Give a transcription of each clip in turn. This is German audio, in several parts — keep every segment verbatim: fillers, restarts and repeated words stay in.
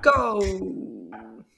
Go!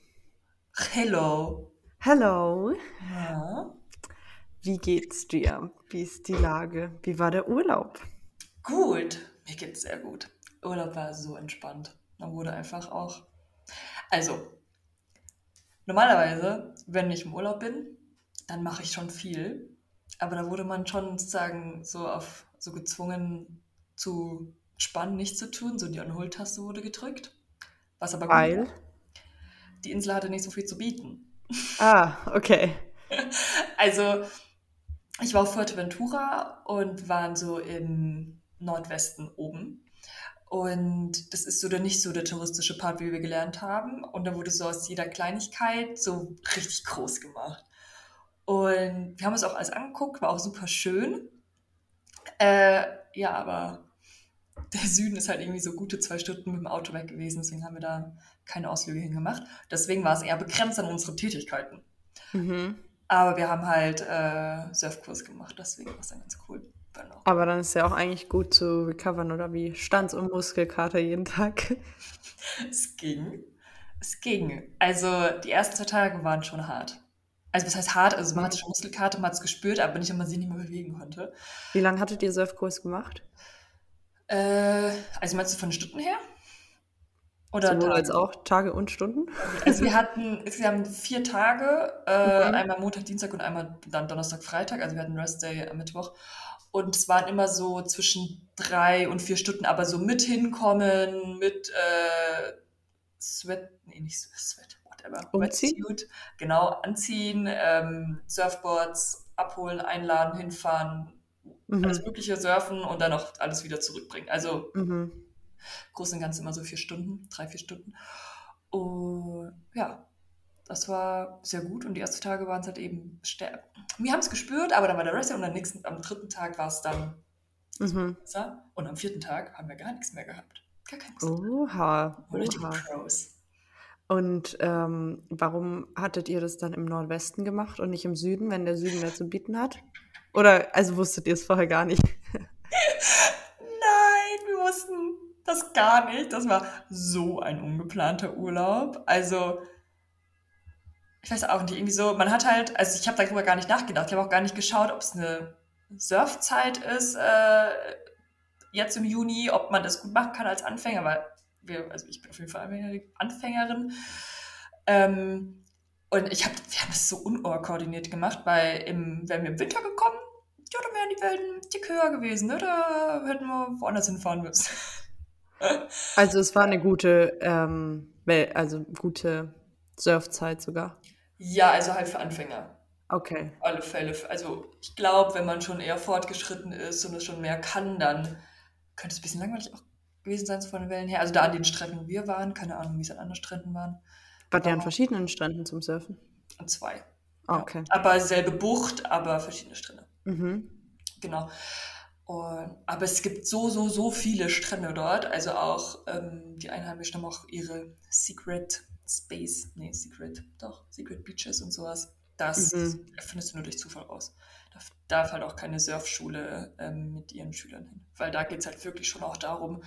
Hello. Hello, Ja. wie geht's dir? Wie ist die Lage? Wie war der Urlaub? Gut. Mir geht's sehr gut. Urlaub war so entspannt. Man wurde einfach auch. Also, normalerweise, wenn ich im Urlaub bin, dann mache ich schon viel. Aber da wurde man schon sozusagen so auf so gezwungen zu spannen, nichts zu tun. So die On-Hold-Taste wurde gedrückt. Was aber gut war. Weil? Die Insel hatte nicht so viel zu bieten. Ah, okay. Also, ich war auf Fuerteventura und wir waren so im Nordwesten oben. Und das ist so der nicht so der touristische Part, wie wir gelernt haben. Und da wurde so aus jeder Kleinigkeit so richtig groß gemacht. Und wir haben uns auch alles angeguckt, war auch super schön. Äh, ja, aber der Süden ist halt irgendwie so gute zwei Stunden mit dem Auto weg gewesen. Deswegen haben wir da keine Ausflüge hingemacht. Deswegen war es eher begrenzt an unsere Tätigkeiten. Mhm. Aber wir haben halt äh, Surfkurs gemacht, deswegen war es dann ganz cool. Genau. Aber dann ist ja auch eigentlich gut zu recovern, oder wie? Stanz- und Muskelkater jeden Tag. Es ging. Es ging. Also die ersten zwei Tage waren schon hart. Also was heißt hart? Also man hatte schon Muskelkater, man hat es gespürt, aber nicht, wenn man sich nicht mehr bewegen konnte. Wie lange hattet ihr Surfkurs gemacht? Äh, also meinst du von den Stunden her? Oder Sowohl als Tage? auch Tage und Stunden? Also wir hatten insgesamt vier Tage, äh, Mhm. einmal Montag, Dienstag und einmal dann Donnerstag, Freitag. Also wir hatten Restday am Mittwoch. Und es waren immer so zwischen drei und vier Stunden, aber so mit hinkommen, mit äh, Sweat, nee, nicht Sweat, whatever, Umziehen? Wetsuit, genau, anziehen, ähm, Surfboards abholen, einladen, hinfahren, alles Mhm. Mögliche surfen und dann auch alles wieder zurückbringen. Also Mhm. groß und ganz immer so vier Stunden, drei, vier Stunden. Und ja, das war sehr gut und die ersten Tage waren es halt eben stärker. Wir haben es gespürt, aber dann war der Rest und am nächsten, am dritten Tag war es dann so Mhm. besser und am vierten Tag haben wir gar nichts mehr gehabt. Gar keinen Muskelkater. Oha, Wir richtige oha. Pros. Und ähm, warum hattet ihr das dann im Nordwesten gemacht und nicht im Süden, wenn der Süden mehr zu bieten hat? Oder, also wusstet ihr es vorher gar nicht? Nein, wir wussten das gar nicht. Das war so ein ungeplanter Urlaub. Also, ich weiß auch nicht, irgendwie so, man hat halt, also ich habe darüber gar nicht nachgedacht. Ich habe auch gar nicht geschaut, ob es eine Surfzeit ist, äh, jetzt im Juni, ob man das gut machen kann als Anfänger, weil wir, also ich bin auf jeden Fall Anfängerin. Ähm, und ich hab, wir haben es so unorganisiert gemacht, weil im, wären wir im Winter gekommen, ja, dann wären die Wellen dick höher gewesen, ne? Da hätten wir woanders hinfahren müssen. Also es war eine gute, ähm, Wel- also gute Surfzeit sogar. Ja, also halt für Anfänger. Okay. Auf alle Fälle. Also ich glaube, wenn man schon eher fortgeschritten ist und es schon mehr kann, dann könnte es ein bisschen langweilig auch gewesen sein so von den Wellen her. Also da an den Stränden, wo wir waren, keine Ahnung, wie es an anderen Stränden waren. Wart ihr an War verschiedenen Stränden zum Surfen? an zwei. Ah, Ja. okay. Aber selbe Bucht, aber verschiedene Strände. Mhm. Genau. Und, aber es gibt so, so, so viele Strände dort. Also auch ähm, die Einheimischen haben auch ihre Secret Space, nee, Secret, doch, Secret Beaches und sowas. Das Mhm. findest du nur durch Zufall raus. Da darf halt auch keine Surfschule ähm, mit ihren Schülern hin. Weil da geht es halt wirklich schon auch darum,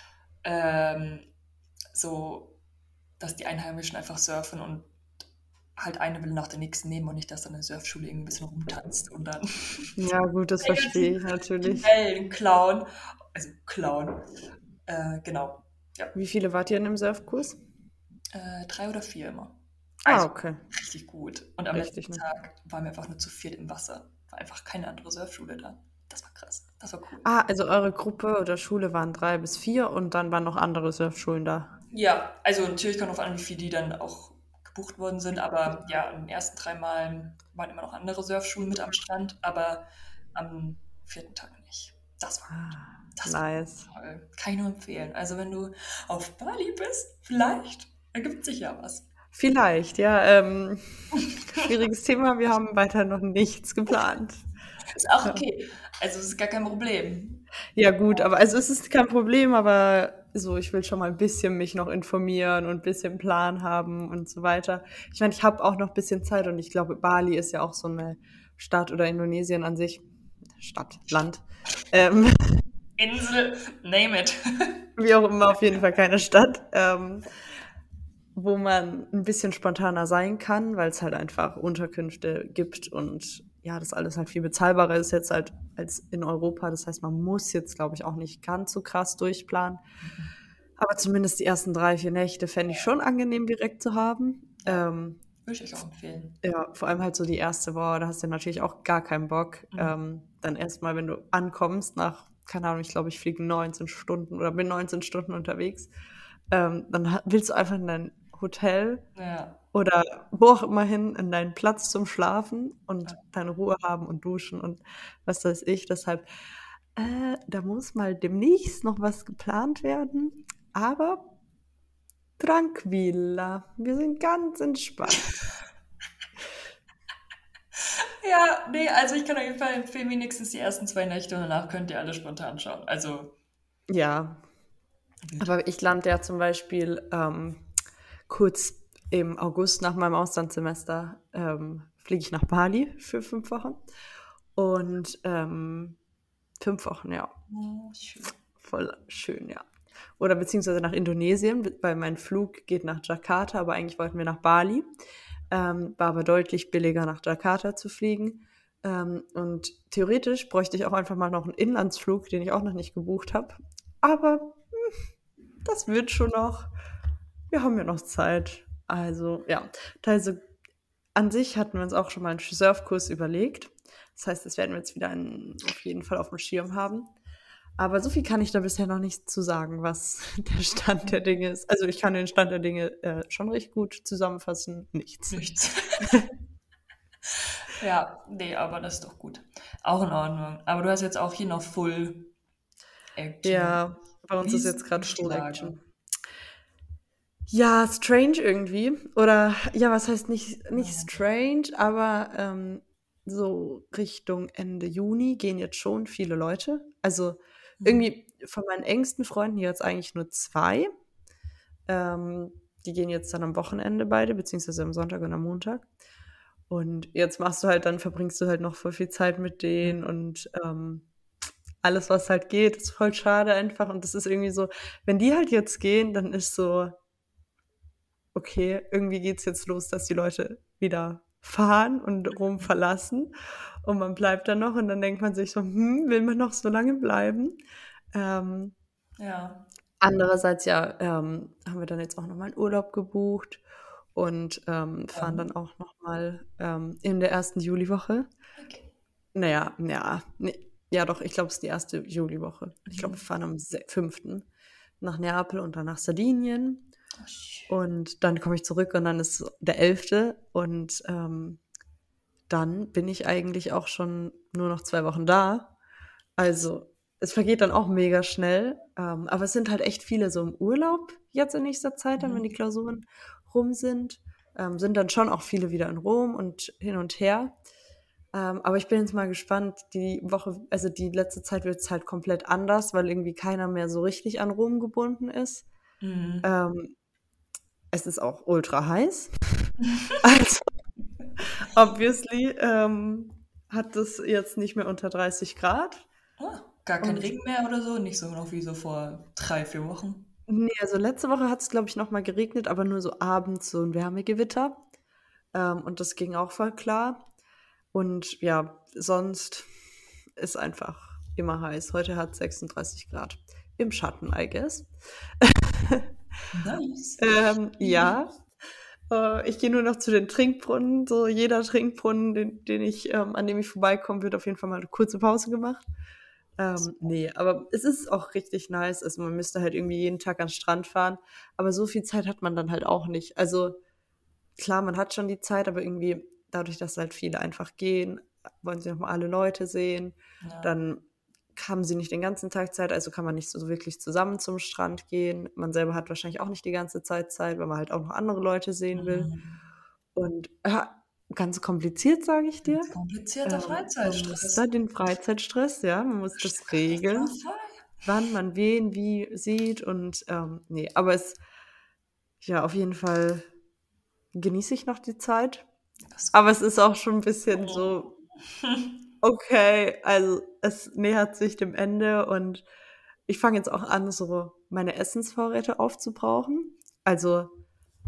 ähm, so, dass die Einheimischen einfach surfen und halt eine will nach der nächsten nehmen und nicht, dass dann eine Surfschule irgendwie ein bisschen rumtanzt und dann Ja, gut, das verstehe ich die natürlich. Wellen klauen. Also klauen. Äh, genau. Ja. Wie viele wart ihr in dem Surfkurs? Äh, drei oder vier immer. Ah, Also okay. richtig gut. Und am Richtig, letzten ne? Tag waren wir einfach nur zu viert im Wasser. War einfach keine andere Surfschule da. Das war krass. Das war cool. Ah, also eure Gruppe oder Schule waren drei bis vier und dann waren noch andere Surfschulen da. Ja, also natürlich kommt drauf an, wie viele die dann auch gebucht worden sind. Aber ja, in den ersten drei Malen waren immer noch andere Surfschulen mit am Strand, aber am vierten Tag nicht. Das war gut. Ah, Das war nice. toll. Kann ich nur empfehlen. Also wenn du auf Bali bist, vielleicht ergibt sich ja was. Vielleicht, ja. Ähm, schwieriges Thema. Wir haben weiter noch nichts geplant. Ist auch okay. Also es ist gar kein Problem. Ja gut, aber also es ist kein Problem, aber so, ich will schon mal ein bisschen mich noch informieren und ein bisschen Plan haben und so weiter. Ich meine, ich habe auch noch ein bisschen Zeit und ich glaube, Bali ist ja auch so eine Stadt oder Indonesien an sich, Stadt, Land, ähm, Insel, name it. wie auch immer, auf jeden Fall keine Stadt. Ähm, wo man ein bisschen spontaner sein kann, weil es halt einfach Unterkünfte gibt und ja, das alles halt viel bezahlbarer ist jetzt halt als in Europa. Das heißt, man muss jetzt, glaube ich, auch nicht ganz so krass durchplanen. Aber zumindest die ersten drei, vier Nächte fände ich schon angenehm direkt zu haben. Ja, Ähm, würde ich euch auch empfehlen. ja, vor allem halt so die erste Woche, da hast du natürlich auch gar keinen Bock. Mhm. Ähm, dann erstmal, wenn du ankommst, nach, keine Ahnung, ich glaube, ich fliege neunzehn Stunden oder bin neunzehn Stunden unterwegs, ähm, dann ha- willst du einfach in dein Hotel Ja, oder wo auch immer hin, in deinen Platz zum Schlafen und ja. deine Ruhe haben und duschen und was weiß ich. Deshalb, äh, da muss mal demnächst noch was geplant werden. Aber tranquilla, wir sind ganz entspannt. Ja, nee, also ich kann auf jeden Fall empfehlen, wenigstens die ersten zwei Nächte und danach könnt ihr alle spontan schauen. Also, Ja, gut. aber ich lande ja zum Beispiel ähm, kurz im August nach meinem Auslandssemester, ähm, fliege ich nach Bali für fünf Wochen. Und ähm, fünf Wochen, ja, Oh, schön. voll schön, ja. Oder beziehungsweise nach Indonesien, weil mein Flug geht nach Jakarta, aber eigentlich wollten wir nach Bali. Ähm, war aber deutlich billiger, nach Jakarta zu fliegen. Ähm, und theoretisch bräuchte ich auch einfach mal noch einen Inlandsflug, den ich auch noch nicht gebucht habe. Aber das wird schon noch. Wir haben ja noch Zeit. Also, ja. Also, an sich hatten wir uns auch schon mal einen Surfkurs überlegt. Das heißt, das werden wir jetzt wieder einen, auf jeden Fall auf dem Schirm haben. Aber so viel kann ich da bisher noch nicht zu sagen, was der Stand der Dinge ist. Also ich kann den Stand der Dinge äh, schon recht gut zusammenfassen. Nichts. Nichts. Ja, nee, aber das ist doch gut. Auch in Ordnung. Aber du hast jetzt auch hier noch Full Action. Ja, bei uns Wie ist jetzt ist, wie gerade ist die Full Lage? Action. Ja, strange irgendwie. Oder ja, was heißt nicht, nicht Ja. strange, aber ähm, so Richtung Ende Juni gehen jetzt schon viele Leute. Also Mhm. irgendwie von meinen engsten Freunden jetzt eigentlich nur zwei. Ähm, die gehen jetzt dann am Wochenende beide, beziehungsweise am Sonntag und am Montag. Und jetzt machst du halt, dann verbringst du halt noch voll viel Zeit mit denen und ähm, alles, was halt geht, ist voll schade einfach. Und das ist irgendwie so, wenn die halt jetzt gehen, dann ist so, okay, irgendwie geht's jetzt los, dass die Leute wieder fahren und Rom verlassen. Und man bleibt dann noch und dann denkt man sich so, hm, will man noch so lange bleiben? Ähm, Ja. Andererseits ja, ähm, haben wir dann jetzt auch noch mal 'n Urlaub gebucht und, ähm, fahren Dann. dann auch noch mal, ähm, in der ersten Juliwoche. Okay. Na ja, ja, ne, ja doch, ich glaube, es ist die erste Juliwoche. Ich glaube, wir Mhm. fahren am se fünften nach Neapel und dann nach Sardinien Oh, schön. und dann komme ich zurück und dann ist der elfte und, ähm, dann bin ich eigentlich auch schon nur noch zwei Wochen da. Krass. Also, es vergeht dann auch mega schnell, ähm, aber es sind halt echt viele so im Urlaub jetzt in nächster Zeit, dann wenn die Mhm. Klausuren rum sind, ähm, sind dann schon auch viele wieder in Rom und hin und her. Ähm, aber ich bin jetzt mal gespannt, die Woche, also die letzte Zeit wird es halt komplett anders, weil irgendwie keiner mehr so richtig an Rom gebunden ist. Mhm. Ähm, Es ist auch ultra heiß. Also obviously ähm, hat es jetzt nicht mehr unter dreißig Grad. Oh, gar kein Und Regen mehr oder so? Nicht so noch wie so vor drei, vier Wochen? nee, also letzte Woche hat es, glaube ich, noch mal geregnet, aber nur so abends so ein Wärmegewitter. Ähm, und das ging auch voll klar. Und ja, sonst ist einfach immer heiß. Heute hat sechsunddreißig Grad. Im Schatten, I guess. Nice. Ähm, ja, äh, ich gehe nur noch zu den Trinkbrunnen. So jeder Trinkbrunnen, den, den ich, ähm, an dem ich vorbeikomme, wird auf jeden Fall mal eine kurze Pause gemacht. Ähm, nee, aber es ist auch richtig nice. Also man müsste halt irgendwie jeden Tag an den Strand fahren. Aber so viel Zeit hat man dann halt auch nicht. Also klar, man hat schon die Zeit, aber irgendwie dadurch, dass halt viele einfach gehen, wollen sie nochmal alle Leute sehen. Ja. Dann haben sie nicht den ganzen Tag Zeit, also kann man nicht so wirklich zusammen zum Strand gehen. Man selber hat wahrscheinlich auch nicht die ganze Zeit Zeit, weil man halt auch noch andere Leute sehen will. Mhm. Und ja, ganz kompliziert, sage ich dir. Ganz komplizierter Ähm, man muss da Freizeitstress. den Freizeitstress, ja, man muss das regeln, Katastrophal. wann man wen wie sieht und ähm, nee, aber es, ja, auf jeden Fall genieße ich noch die Zeit. Das ist Aber gut. es ist auch schon ein bisschen so, okay, also es nähert sich dem Ende und ich fange jetzt auch an, so meine Essensvorräte aufzubrauchen. Also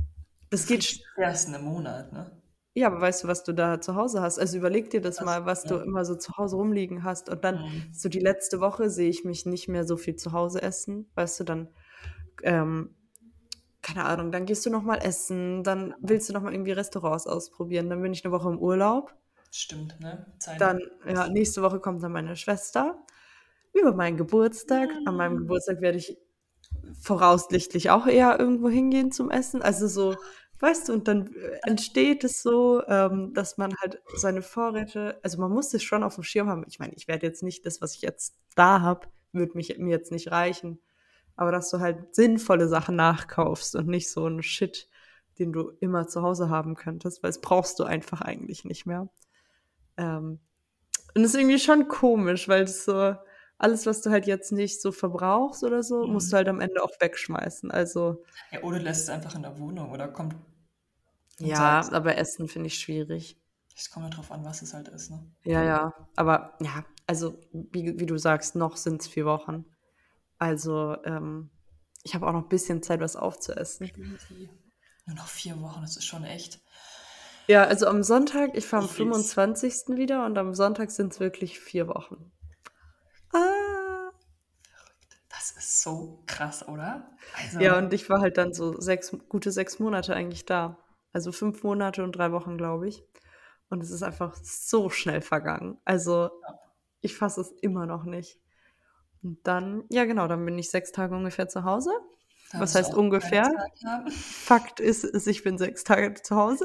Du Das geht, fliegst sch- erst in einem Monat, ne? ja, aber weißt du, was du da zu Hause hast? Also überleg dir das Das, mal, was du ja. immer so zu Hause rumliegen hast. Und dann, Mhm. so die letzte Woche sehe ich mich nicht mehr so viel zu Hause essen. Weißt du, dann, ähm, keine Ahnung, dann gehst du noch mal essen, dann willst du noch mal irgendwie Restaurants ausprobieren. Dann bin ich eine Woche im Urlaub. Stimmt, ne? Zeit. Dann, ja, nächste Woche kommt dann meine Schwester über meinen Geburtstag. An meinem Mhm. Geburtstag werde ich voraussichtlich auch eher irgendwo hingehen zum Essen. Also so, weißt du, und dann äh, entsteht es so, ähm, dass man halt seine Vorräte, also man muss es schon auf dem Schirm haben. Ich meine, ich werde jetzt nicht das, was ich jetzt da habe, wird mich mir jetzt nicht reichen. Aber dass du halt sinnvolle Sachen nachkaufst und nicht so einen Shit, den du immer zu Hause haben könntest, weil es brauchst du einfach eigentlich nicht mehr. Ähm, und das ist irgendwie schon komisch, weil das so, alles, was du halt jetzt nicht so verbrauchst oder so, musst du Mhm. halt am Ende auch wegschmeißen. Also, Ja, oder lässt es einfach in der Wohnung oder kommt und ja, sagst, aber Essen finde ich schwierig. es kommt ja drauf an, was es halt ist, ne? Ja, ja. Aber ja, also, wie, wie du sagst, noch sind es vier Wochen. Also, ähm, ich habe auch noch ein bisschen Zeit, was aufzuessen. Crazy. Nur noch vier Wochen, das ist schon echt Ja, also am Sonntag, ich fahre am fies. fünfundzwanzigsten wieder und am Sonntag sind es wirklich vier Wochen. Ah. Das ist so krass, oder? Ja, Also, und ich war halt dann so sechs, gute sechs Monate eigentlich da. Also fünf Monate und drei Wochen, glaube ich. Und es ist einfach so schnell vergangen. Also ich fasse es immer noch nicht. Und dann, ja genau, dann bin ich sechs Tage ungefähr zu Hause. da Was wirst du heißt auch keine ungefähr? Zeit haben. Fakt ist, ist, ich bin sechs Tage zu Hause,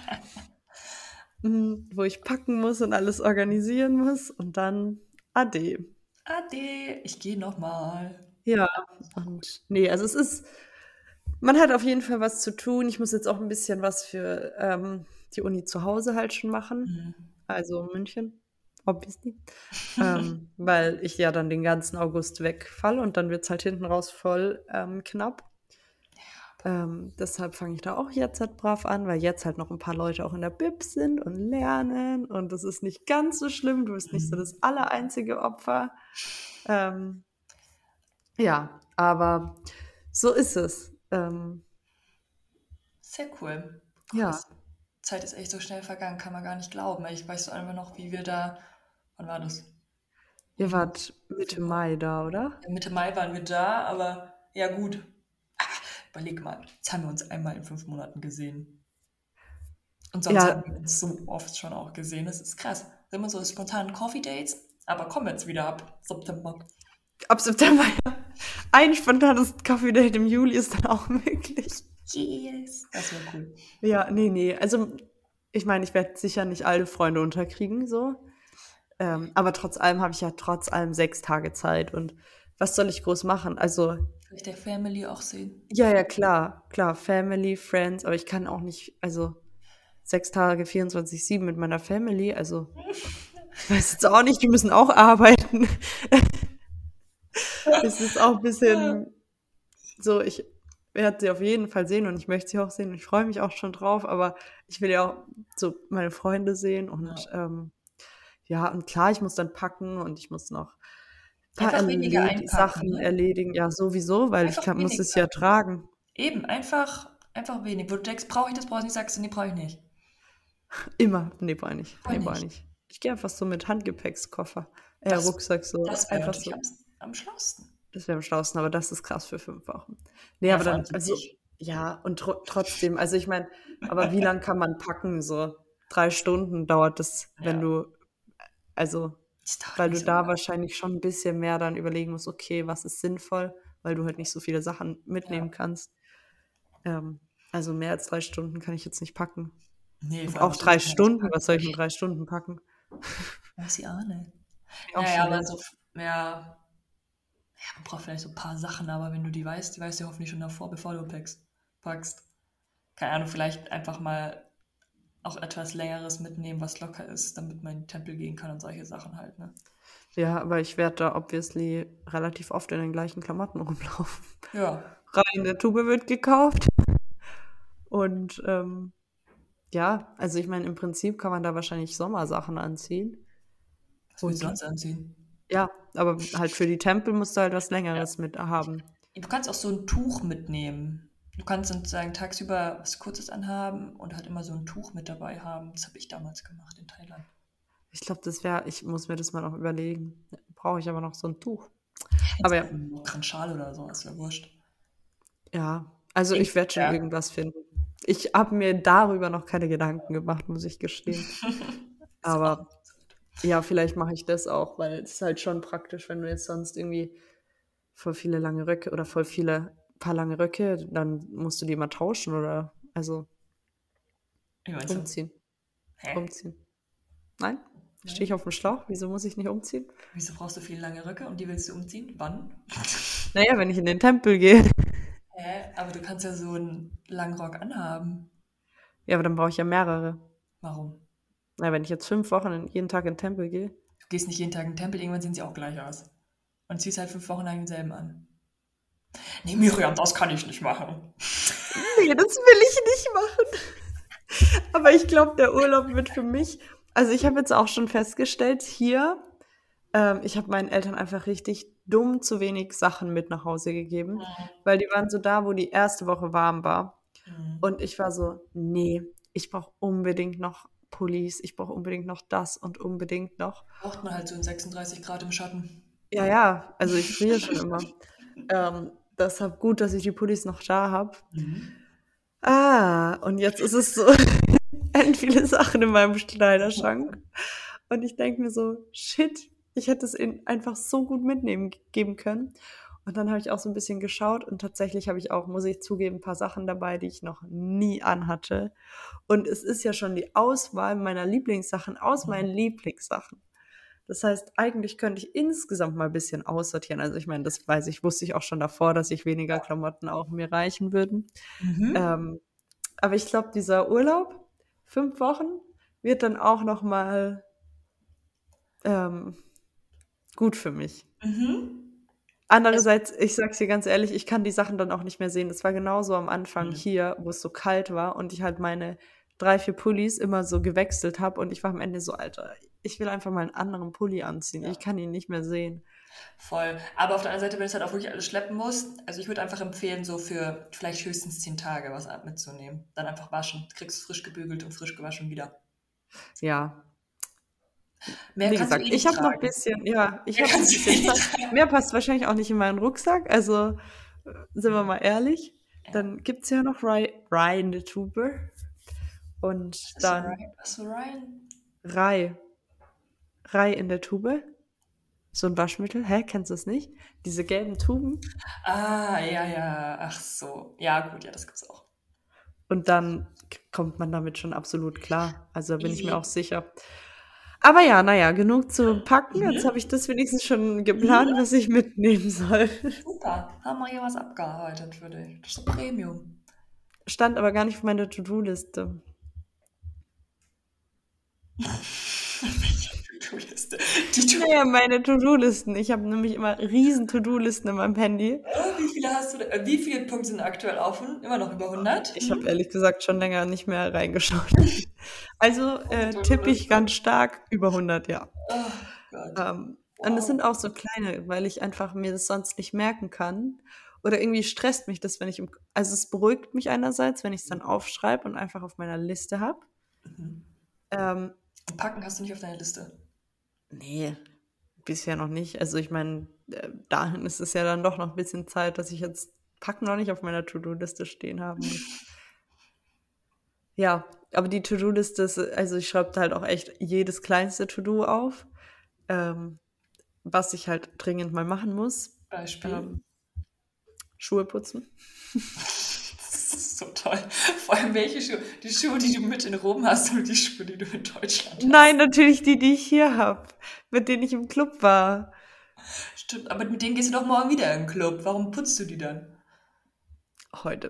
mm, wo ich packen muss und alles organisieren muss. Und dann ade. Ade, ich gehe nochmal. Ja, Ist doch gut. und nee, also es ist, man hat auf jeden Fall was zu tun. Ich muss jetzt auch ein bisschen was für ähm, die Uni zu Hause halt schon machen. Mhm. Also München, obviously. Ähm, weil ich ja dann den ganzen August wegfalle und dann wird es halt hinten raus voll ähm, knapp. Ähm, deshalb fange ich da auch jetzt halt brav an, weil jetzt halt noch ein paar Leute auch in der Bib sind und lernen und das ist nicht ganz so schlimm. Du bist nicht so Mhm. das allereinzige Opfer. Ähm, ja, aber so ist es. Ähm, Sehr cool. ja, Krass. Zeit ist echt so schnell vergangen, kann man gar nicht glauben. Ich weiß so einfach noch, wie wir da, wann war das? ihr Hm, wart Mitte Februar. Mai da, oder? Ja, Mitte Mai waren wir da, aber ja gut. Ah, überleg mal, jetzt haben wir uns einmal in fünf Monaten gesehen. Und sonst Ja, haben wir uns so oft schon auch gesehen. Das ist krass. Immer so spontanen Coffee Dates, aber kommen jetzt wieder ab September. ab September. Ja. Ein spontanes Coffee-Date im Juli ist dann auch möglich. Yes. Das wäre cool. Ja, nee, nee. Also, ich meine, ich werde sicher nicht alle Freunde unterkriegen, so. Ähm, aber trotz allem habe ich ja trotz allem sechs Tage Zeit. Und was soll ich groß machen? Also, Vielleicht der Family auch sehen. ja, ja, klar, klar, Family, Friends, aber ich kann auch nicht, also sechs Tage vierundzwanzig sieben mit meiner Family, also ich weiß jetzt auch nicht, die müssen auch arbeiten. Es ist auch ein bisschen so, ich werde sie auf jeden Fall sehen und ich möchte sie auch sehen und ich freue mich auch schon drauf, aber ich will ja auch so meine Freunde sehen und Ja. ähm, ja, und klar, ich muss dann packen und ich muss noch ein paar Einfach weniger erledi einpacken, Sachen ne? erledigen. Ja, sowieso, weil ich Einfach kann, muss es weniger. ja tragen. Eben, einfach, einfach wenig. Wo du denkst, brauche ich das, brauche ich nicht, sagst du, nee, brauche ich nicht. Immer. Nee, brauche ich nicht. Brauche Nee, ich brauche ich nicht. nicht. Ich gehe einfach so mit Handgepäckskoffer, äh, Das, Rucksack so, das wäre einfach natürlich so. am, am schlausten. Das wäre am schlausten, aber das ist krass für fünf Wochen. Nee, Ja, aber vor allem dann, für also, dich. ja, und tro trotzdem, also ich meine, aber wie lang kann man packen? So drei Stunden dauert das, wenn Ja, du, also, das dauert weil nicht du so da lange. wahrscheinlich schon ein bisschen mehr dann überlegen musst, okay, was ist sinnvoll, weil du halt nicht so viele Sachen mitnehmen Ja. kannst. Ähm, also mehr als drei Stunden kann ich jetzt nicht packen. Nee, vor Und allem auch musst du drei wissen, was du Stunden, was packen soll ich in willst. drei Stunden packen? Weiß ich auch nicht. Auch Naja, schon aber wild. so, ja, ja, man braucht vielleicht so ein paar Sachen, aber wenn du die weißt, die weißt du hoffentlich schon davor, bevor du packst. packst. Keine Ahnung, vielleicht einfach mal auch etwas Längeres mitnehmen, was locker ist, damit man in den Tempel gehen kann und solche Sachen halt, ne? Ja, aber ich werde da obviously relativ oft in den gleichen Klamotten rumlaufen. Ja, Rein der Tube wird gekauft. Und ähm, ja, also ich meine, im Prinzip kann man da wahrscheinlich Sommersachen anziehen. was willst du Und sonst anziehen? ja, aber halt für die Tempel musst du halt was Ja. Längeres mit haben. Du kannst auch so ein Tuch mitnehmen. Du kannst sozusagen tagsüber was Kurzes anhaben und halt immer so ein Tuch mit dabei haben. Das habe ich damals gemacht in Thailand. Ich glaube, das wäre, ich muss mir das mal noch überlegen. Brauche ich aber noch so ein Tuch. Jetzt Aber ja, so ein Schal oder so, ist ja wurscht. ja. Also ich werde schon Ja. irgendwas finden. Ich habe mir darüber noch keine Gedanken gemacht, muss ich gestehen. Aber ja, vielleicht mache ich das auch, weil es ist halt schon praktisch, wenn du jetzt sonst irgendwie voll viele lange Röcke oder voll viele paar lange Röcke, dann musst du die mal tauschen oder also Wie meinst du? umziehen. Hä? Umziehen. Nein? Nein? Stehe ich auf dem Schlauch? Wieso muss ich nicht umziehen? Wieso brauchst du viele lange Röcke und die willst du umziehen? Wann? Naja, wenn ich in den Tempel gehe. Hä? Aber du kannst ja so einen langen Rock anhaben. Ja, aber dann brauche ich ja mehrere. Warum? Na, wenn ich jetzt fünf Wochen in, jeden Tag in den Tempel gehe. Du gehst nicht jeden Tag in den Tempel, irgendwann sehen sie auch gleich aus. Und ziehst halt fünf Wochen lang denselben an. Nee, Miriam, das kann ich nicht machen. Nee, das will ich nicht machen. Aber ich glaube, der Urlaub wird für mich, also ich habe jetzt auch schon festgestellt, hier, ähm, ich habe meinen Eltern einfach richtig dumm zu wenig Sachen mit nach Hause gegeben, weil die waren so da, wo die erste Woche warm war. Mhm. Und ich war so, nee, ich brauche unbedingt noch Pullis, ich brauche unbedingt noch das und unbedingt noch. Braucht man halt so in sechsunddreißig Grad im Schatten. Ja, ja, also ich friere schon immer. Ähm, deshalb gut, dass ich die Pullis noch da habe. Mhm. Ah, und jetzt ist es so, end viele Sachen in meinem Kleiderschrank. Und ich denke mir so, shit, ich hätte es ihnen einfach so gut mitnehmen geben können. Und dann habe ich auch so ein bisschen geschaut und tatsächlich habe ich auch, muss ich zugeben, ein paar Sachen dabei, die ich noch nie anhatte. Und es ist ja schon die Auswahl meiner Lieblingssachen aus meinen Lieblingssachen. Das heißt, eigentlich könnte ich insgesamt mal ein bisschen aussortieren. Also ich meine, das weiß ich, wusste ich auch schon davor, dass ich weniger Klamotten auch mir reichen würden. Mhm. Ähm, aber ich glaube, dieser Urlaub, fünf Wochen, wird dann auch noch mal ähm, gut für mich. Mhm. Andererseits, ich sag's dir ganz ehrlich, ich kann die Sachen dann auch nicht mehr sehen. Das war genauso am Anfang Mhm. hier, wo es so kalt war und ich halt meine drei, vier Pullis immer so gewechselt habe und ich war am Ende so, Alter, ich will einfach mal einen anderen Pulli anziehen. Ja. Ich kann ihn nicht mehr sehen. Voll. Aber auf der anderen Seite, wenn du es halt auch wirklich alles schleppen musst, also ich würde einfach empfehlen, so für vielleicht höchstens zehn Tage was mitzunehmen. Dann einfach waschen. Kriegst frisch gebügelt und frisch gewaschen wieder. Ja, Mehr wie kannst du gesagt, eh ich nicht habe noch ein tragen. bisschen, ja, ich Mehr habe ein kannst du eh bisschen nicht Zeit. tragen. Mehr passt wahrscheinlich auch nicht in meinen Rucksack, also äh, sind wir mal ehrlich. Ja. Dann gibt es ja noch Rai, Rai in der Tube und Was ist dann Ryan? Was ist Ryan? Rai, Rai in der Tube, so ein Waschmittel. Hä, kennst du es nicht? Diese gelben Tuben Ah, ja, ja. Ach so. Ja, gut, ja, das gibt's auch. und dann k- kommt man damit schon absolut klar. Also da bin ich mir Easy. auch sicher. Aber ja, naja, genug zu packen. Jetzt Mhm. habe ich das wenigstens schon geplant, was ich mitnehmen soll. Super. Haben wir hier was abgearbeitet für dich. Das ist so Premium. Stand aber gar nicht auf meiner To-Do-Liste. To-Do-Liste. Die To- Naja, meine To-Do-Listen. Ich habe nämlich immer riesen To-Do-Listen in meinem Handy. Oh, wie viele hast du denn? äh, Wie viele Punkte sind aktuell offen? Immer noch über hundert? Ich habe ehrlich gesagt schon länger nicht mehr reingeschaut. Also äh, To-do-Liste. tippe ich ganz stark über hundert, ja. Oh Gott. Ähm, und es Wow. sind auch so kleine, weil ich einfach mir das sonst nicht merken kann. Oder irgendwie stresst mich das, wenn ich im, also es beruhigt mich einerseits, wenn ich es dann aufschreibe und einfach auf meiner Liste habe. Mhm. Ähm, Und Packen hast du nicht auf deiner Liste. nee, bisher noch nicht. Also ich meine, äh, dahin ist es ja dann doch noch ein bisschen Zeit, dass ich jetzt Packen noch nicht auf meiner To-Do-Liste stehen haben muss. Ja, aber die To-Do-Liste ist, also ich schreibe da halt auch echt jedes kleinste To-Do auf, ähm, was ich halt dringend mal machen muss. Beispiel. Ähm, Schuhe putzen. Das ist so toll. Vor allem welche Schuhe? Die Schuhe, die du mit in Rom hast oder die Schuhe, die du in Deutschland hast? Nein, natürlich die, die ich hier habe, mit denen ich im Club war. Stimmt, aber mit denen gehst du doch morgen wieder in den Club. Warum putzt du die dann? Heute.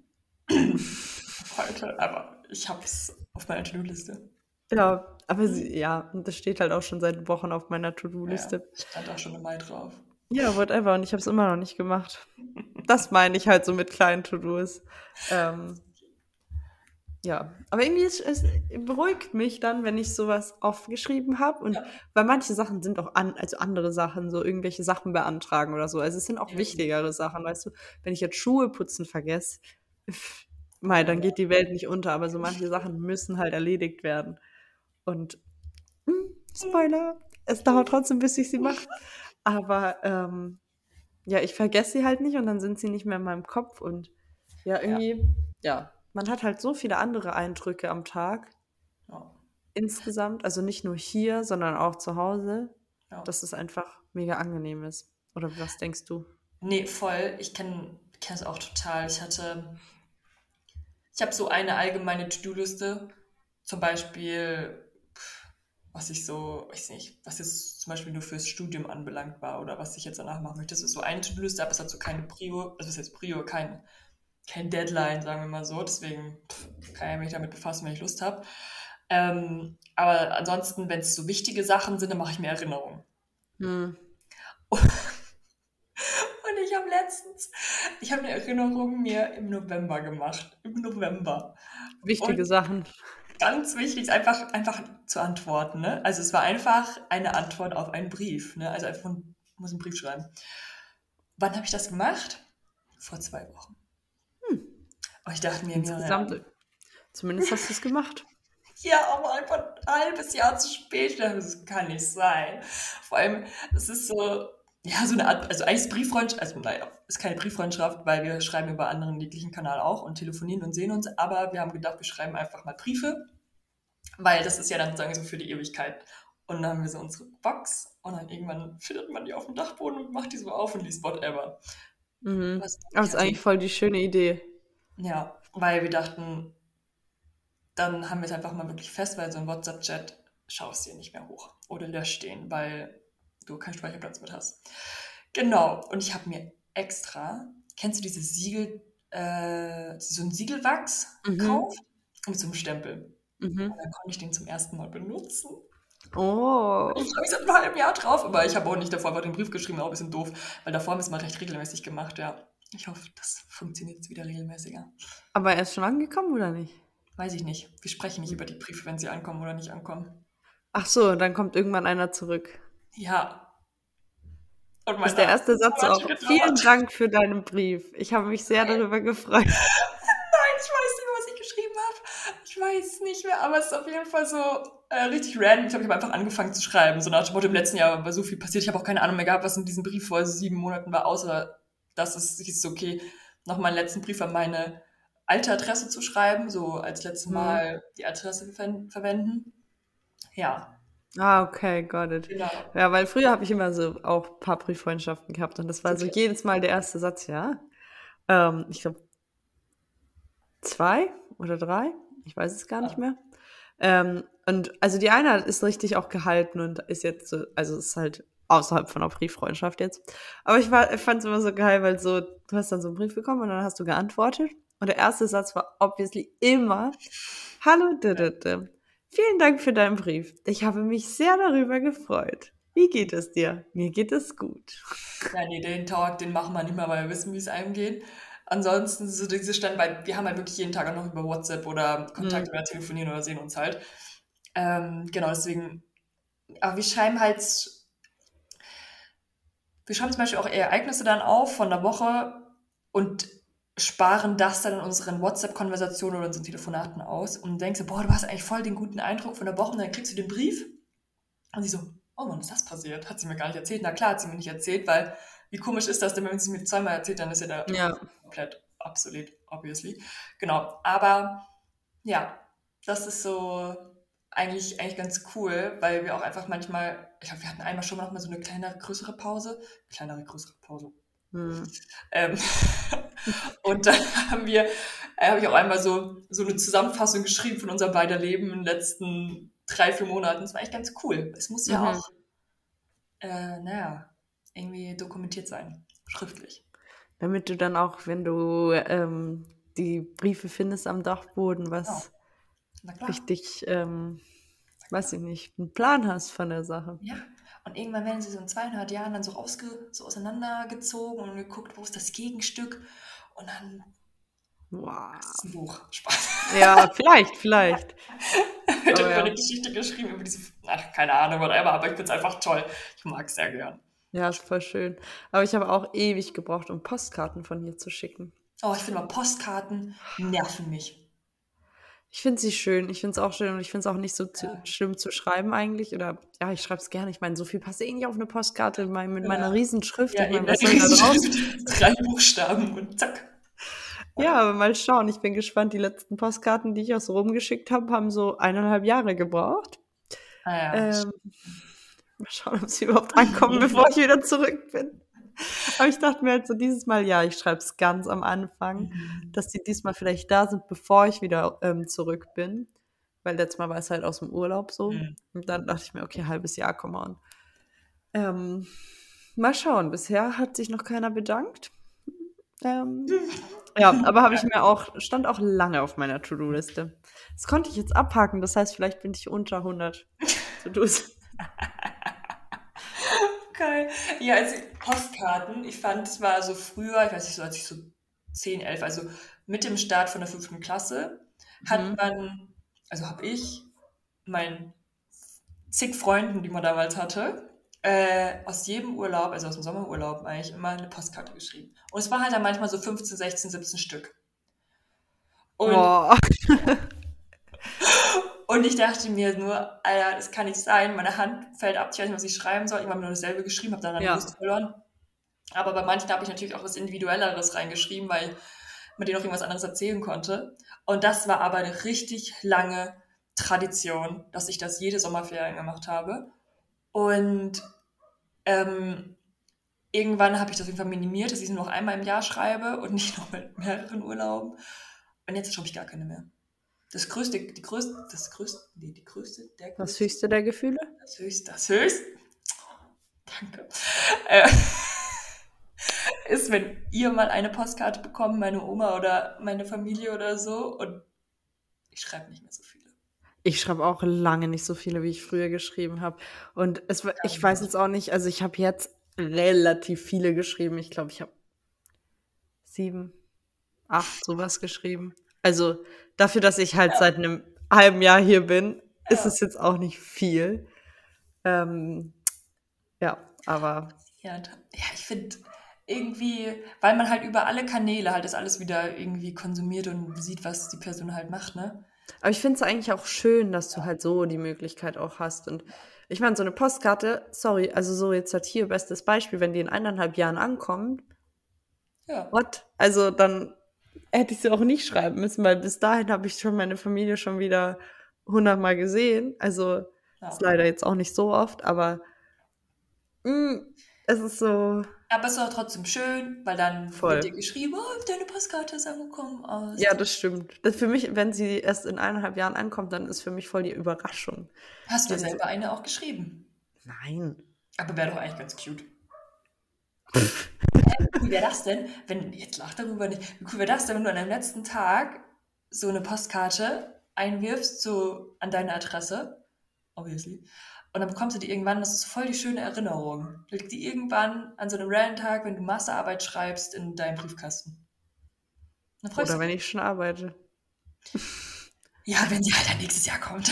Heute, aber ich hab's auf meiner To-Do-Liste. Ja, aber sie, ja, und das steht halt auch schon seit Wochen auf meiner Ja, To-Do-Liste. stand auch schon im Mai drauf. Ja, whatever. Und ich habe es immer noch nicht gemacht. Das meine ich halt so mit kleinen To-Dos. Ähm, ja, aber irgendwie ist, es beruhigt mich dann, wenn ich sowas aufgeschrieben habe. Und Ja. weil manche Sachen sind auch an, also andere Sachen, so irgendwelche Sachen beantragen oder so. Also es sind auch Ja. wichtigere Sachen, weißt du. Wenn ich jetzt Schuhe putzen vergesse, Mei, dann geht die Welt nicht unter, aber so manche Sachen müssen halt erledigt werden. Und hm, Spoiler, es dauert trotzdem, bis ich sie mache. Aber ähm, ja, ich vergesse sie halt nicht und dann sind sie nicht mehr in meinem Kopf. Und ja, Ja, irgendwie, ja, man hat halt so viele andere Eindrücke am Tag ja, insgesamt. Also nicht nur hier, sondern auch zu Hause, ja. dass es einfach mega angenehm ist. Oder was denkst du? Nee, voll. Ich kenne es auch total. Ich hatte, ich habe so eine allgemeine To-Do-Liste, zum Beispiel, pf, was ich so, weiß nicht, was jetzt zum Beispiel nur fürs Studium anbelangt war oder was ich jetzt danach machen möchte. Das ist so eine To-Do-Liste, aber es hat so keine Prio, also was heißt Prio, kein, kein Deadline, sagen wir mal so. Deswegen pf, kann ich mich damit befassen, wenn ich Lust habe. Ähm, aber ansonsten, wenn es so wichtige Sachen sind, dann mache ich mir Erinnerungen. Hm, Und ich habe letztens, ich habe eine Erinnerung mir im November gemacht. Im November. wichtige Und Sachen. ganz wichtig ist einfach, einfach zu antworten. Ne? Also es war einfach eine Antwort auf einen Brief. Ne? Also einfach, ein- ich muss einen Brief schreiben. Wann habe ich das gemacht? Vor zwei Wochen. Und ich dachte mir, Insgesamt, Miriam, zumindest hast du es gemacht. ja, aber einfach ein halbes Jahr zu spät. Ich dachte, das kann nicht sein. Vor allem, es ist so, ja, so eine Art, also eigentlich ist Brieffreundschaft, also naja, ist keine Brieffreundschaft, weil wir schreiben über anderen jeglichen Kanal auch und telefonieren und sehen uns, aber wir haben gedacht, wir schreiben einfach mal Briefe, weil das ist ja dann sozusagen so für die Ewigkeit. Und dann haben wir so unsere Box und dann irgendwann findet man die auf dem Dachboden und macht die so auf und liest whatever. Mhm. Was Aber ich es ist hatte, eigentlich voll die schöne Idee. ja, weil wir dachten, dann haben wir es einfach mal wirklich fest, weil so ein WhatsApp-Chat schaust dir nicht mehr hoch oder löscht den, weil du keinen Speicherplatz mit hast. Genau, und ich habe mir extra, kennst du diese Siegel, äh, so ein Siegelwachs Mhm. gekauft mit so einem Stempel. Und Mhm. dann konnte ich den zum ersten Mal benutzen. Oh. Ich freue mich seit einem halben Jahr drauf, aber ich habe auch nicht davor einfach den Brief geschrieben, auch ein bisschen doof, weil davor haben wir es mal recht regelmäßig gemacht, ja. Ich hoffe, das funktioniert jetzt wieder regelmäßiger. Aber er ist schon angekommen oder nicht? Weiß ich nicht. Wir sprechen nicht über die Briefe, wenn sie ankommen oder nicht ankommen. Ach so, dann kommt irgendwann einer zurück. Ja, und mein Ist der Arzt erste Satz hat auch: „Vielen gedauert. Dank für deinen Brief. Ich habe mich sehr darüber gefreut.“ Nein, ich weiß nicht mehr, was ich geschrieben habe. Ich weiß es nicht mehr, aber es ist auf jeden Fall so äh, richtig random. Ich glaube, ich habe einfach angefangen zu schreiben. So nach dem Motto, im letzten Jahr war so viel passiert. Ich habe auch keine Ahnung mehr gehabt, was in diesem Brief vor sieben Monaten war, außer dass es hieß, so, okay, noch meinen letzten Brief an meine alte Adresse zu schreiben, so als letztes Mhm. Mal die Adresse ver verwenden. Ja, Ah, okay, got it. genau. Ja, weil früher habe ich immer so auch paar Brieffreundschaften gehabt und das war So so klar. jedes Mal der erste Satz, ja. Ähm, ich glaube zwei oder drei, ich weiß es gar nicht mehr. Ähm, und also die eine ist richtig auch gehalten und ist jetzt so, also ist halt außerhalb von einer Brieffreundschaft jetzt. Aber ich war, ich fand es immer so geil, weil so, du hast dann so einen Brief bekommen und dann hast du geantwortet. Und der erste Satz war obviously immer: Hallo, Diditte. Vielen Dank für deinen Brief. Ich habe mich sehr darüber gefreut. Wie geht es dir? Mir geht es gut. Ja, nee, den Talk, den machen wir nicht mehr, weil wir wissen, wie es einem geht. Ansonsten so diese Stand, weil wir haben halt wirklich jeden Tag auch noch über WhatsApp oder Hm. Kontakt oder telefonieren oder sehen uns halt. Ähm, genau, deswegen, aber wir schreiben halt, wir schreiben zum Beispiel auch Ereignisse dann auf von der Woche und sparen das dann in unseren WhatsApp-Konversationen oder unseren Telefonaten aus und denkst du, boah, du hast eigentlich voll den guten Eindruck von der Woche und dann kriegst du den Brief und sie so, oh Mann, ist das passiert? Hat sie mir gar nicht erzählt. Na klar, hat sie mir nicht erzählt, weil wie komisch ist das denn, wenn sie es mir zweimal erzählt, dann ist ja der Ja. komplett obsolet, obviously. Genau, aber ja, das ist so eigentlich, eigentlich ganz cool, weil wir auch einfach manchmal, ich glaube, wir hatten einmal schon mal noch mal so eine kleinere, größere Pause. Kleinere, größere Pause. Hm. Ähm, und dann haben wir, äh, habe ich auch einmal so, so eine Zusammenfassung geschrieben von unserem beider Leben in den letzten drei, vier Monaten. Das war echt ganz cool. Es muss ja Mhm. auch, äh, naja, irgendwie dokumentiert sein. Schriftlich. Damit du dann auch, wenn du ähm, die Briefe findest am Dachboden, Genau. was Na klar. richtig, ähm, Na weiß klar. ich nicht, einen Plan hast von der Sache. Ja. Und irgendwann werden sie so in zweihundert Jahren dann so, ausge, so auseinandergezogen und geguckt, wo ist das Gegenstück. Und dann ist es Wow. ein Buch. Spaß. Ja, vielleicht, vielleicht. Wird dann Aber über eine ja. Geschichte geschrieben, über diese, ach, keine Ahnung, whatever, aber ich finde es einfach toll. Ich mag es sehr gern. Ja, ist voll schön. Aber ich habe auch ewig gebraucht, um Postkarten von hier zu schicken. Oh, ich finde mal, Postkarten nerven mich. Ich finde sie schön. Ich finde es auch schön und ich finde es auch nicht so zu, schlimm zu schreiben eigentlich. Oder ja, ich schreibe es gerne. Ich meine, so viel passt eh nicht auf eine Postkarte mein, mit meiner Ja, Riesenschrift. ja Ich meine, eben, was eine soll da draus? Riesenschrift, drei Buchstaben und zack. Ja, aber mal schauen. Ich bin gespannt. Die letzten Postkarten, die ich aus Rom geschickt habe, haben so eineinhalb Jahre gebraucht. Ah ja. Ähm, mal schauen, ob sie überhaupt ankommen, bevor ich wieder zurück bin. Aber ich dachte mir halt so dieses Mal, ja, ich schreibe es ganz am Anfang, Mhm. dass die diesmal vielleicht da sind, bevor ich wieder ähm, zurück bin. Weil letztes Mal war es halt aus dem Urlaub so. Mhm. Und dann dachte ich mir, okay, halbes Jahr, come on. Ähm, mal schauen. Bisher hat sich noch keiner bedankt. Ähm, ja, aber habe ich mir auch, stand auch lange auf meiner To-Do-Liste. Das konnte ich jetzt abhaken. Das heißt, vielleicht bin ich unter hundert To-Dos. Geil. Ja, also Postkarten, ich fand, es war so früher, ich weiß nicht, so als ich so zehn, elf, also mit dem Start von der fünften Klasse, hat Mhm. man, also habe ich meinen zig Freunden, die man damals hatte, äh, aus jedem Urlaub, also aus dem Sommerurlaub eigentlich, immer eine Postkarte geschrieben. Und es war halt dann manchmal so fünfzehn, sechzehn, siebzehn Stück. Und, Boah. und ich dachte mir nur, Alter, das kann nicht sein, meine Hand fällt ab, ich weiß nicht, was ich schreiben soll. Ich habe nur dasselbe geschrieben, habe dann die Ja. Lust verloren. Aber bei manchen habe ich natürlich auch was Individuelleres reingeschrieben, weil man denen auch irgendwas anderes erzählen konnte. Und das war aber eine richtig lange Tradition, dass ich das jede Sommerferien gemacht habe. Und ähm, irgendwann habe ich das auf jeden Fall minimiert, dass ich es nur noch einmal im Jahr schreibe und nicht noch mit mehreren Urlauben. Und jetzt schreibe ich gar keine mehr. Das größte, die größte, das größte, nee, die größte, der Das größte, höchste der Gefühle? das höchste, das höchste, danke, äh, ist, wenn ihr mal eine Postkarte bekommt, meine Oma oder meine Familie oder so, und ich schreibe nicht mehr so viele. Ich schreibe auch lange nicht so viele, wie ich früher geschrieben habe. Und es, war- ich weiß jetzt auch nicht, also ich habe jetzt relativ viele geschrieben. Ich glaube, ich habe sieben, acht sowas geschrieben. Also dafür, dass ich halt seit einem halben Jahr hier bin, ist es jetzt auch nicht viel. Ähm, ja, aber Ja, da- ja, ich finde irgendwie, weil man halt über alle Kanäle halt das alles wieder irgendwie konsumiert und sieht, was die Person halt macht, ne? Aber ich finde es eigentlich auch schön, dass du halt so die Möglichkeit auch hast. Und ich meine, so eine Postkarte, sorry, also so jetzt halt hier bestes Beispiel, wenn die in eineinhalb Jahren ankommt, Ja. what? Also dann hätte ich sie auch nicht schreiben müssen, weil bis dahin habe ich schon meine Familie schon wieder hundertmal gesehen. Also ist Ja. leider jetzt auch nicht so oft, aber mh, es ist so Aber es ist auch trotzdem schön, weil dann wird dir voll. geschrieben, oh, deine Postkarte ist angekommen aus. Ja, das stimmt. Das für mich, wenn sie erst in eineinhalb Jahren ankommt, dann ist für mich voll die Überraschung. Hast du Dann so, selber eine auch geschrieben? nein. Aber wäre doch eigentlich ganz cute. Wie cool wäre das denn, wenn, jetzt lach darüber nicht, wie cool wäre das denn, wenn du an deinem letzten Tag so eine Postkarte einwirfst, so an deine Adresse, obviously, und dann bekommst du die irgendwann, das ist voll die schöne Erinnerung. Da liegt die irgendwann an so einem random Tag, wenn du Masterarbeit schreibst, in deinem Briefkasten. Dann freust Oder du wenn dich. ich schon arbeite. Ja, wenn sie halt dann nächstes Jahr kommt.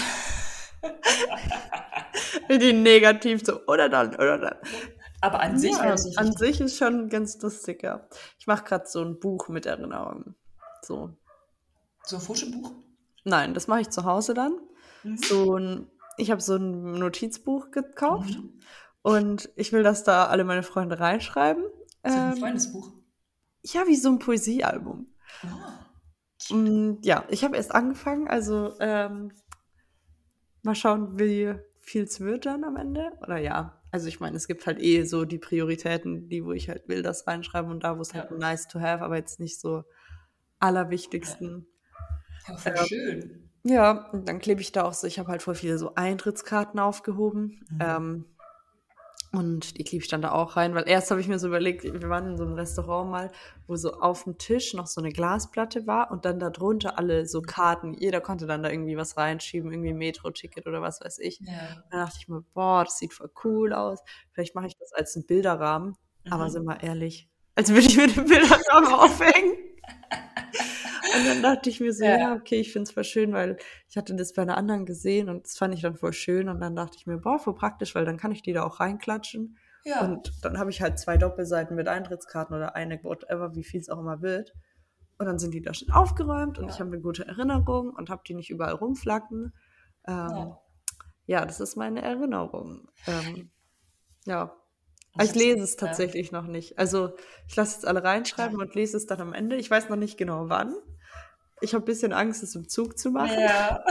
Die negativ so, oder dann, oder dann. Aber an sich wäre Ja, das nicht an richtig. sich ist schon ganz lustig, ja. Ich mache gerade so ein Buch mit Erinnerungen. So. So ein Fotobuch. Nein, das mache ich zu Hause dann. Mhm. So ein, ich habe so ein Notizbuch gekauft Mhm. und ich will, dass da alle meine Freunde reinschreiben. So ein Ähm, Freundesbuch. ja, wie so ein Poesiealbum. Oh. Mm, ja, ich habe erst angefangen, also ähm, mal schauen, wie viel es wird dann am Ende. Oder ja, also ich meine, es gibt halt eh so die Prioritäten, die, wo ich halt will, das reinschreiben und da, wo es halt Ja. nice to have, aber jetzt nicht so allerwichtigsten. Ja, voll schön. Ja, und dann klebe ich da auch so, ich habe halt voll viele so Eintrittskarten aufgehoben. Mhm. Ähm, und die klebe ich dann da auch rein, weil erst habe ich mir so überlegt, wir waren in so einem Restaurant mal, wo so auf dem Tisch noch so eine Glasplatte war und dann da drunter alle so Karten. Jeder konnte dann da irgendwie was reinschieben, irgendwie ein Metro-Ticket oder was weiß ich. Ja. Dann dachte ich mir, boah, das sieht voll cool aus. Vielleicht mache ich das als einen Bilderrahmen. Aber Mhm. sind wir ehrlich, als würde ich mir den Bilderrahmen aufhängen. Und dann dachte ich mir so, Ja. ja, okay, ich finde es voll schön, weil ich hatte das bei einer anderen gesehen und das fand ich dann voll schön. Und dann dachte ich mir, boah, voll praktisch, weil dann kann ich die da auch reinklatschen. Ja. Und dann habe ich halt zwei Doppelseiten mit Eintrittskarten oder eine, whatever, wie viel es auch immer wird. Und dann sind die da schon aufgeräumt und ich Ja. habe eine gute Erinnerung und habe die nicht überall rumflacken. Ähm, Ja. ja, das ist meine Erinnerung. Ähm, ja. Und Aber ich ich habe so, lese es ja. tatsächlich noch nicht. Also ich lasse jetzt alle reinschreiben und lese es dann am Ende. Ich weiß noch nicht genau wann. Ich habe ein bisschen Angst, es im Zug zu machen. Ja.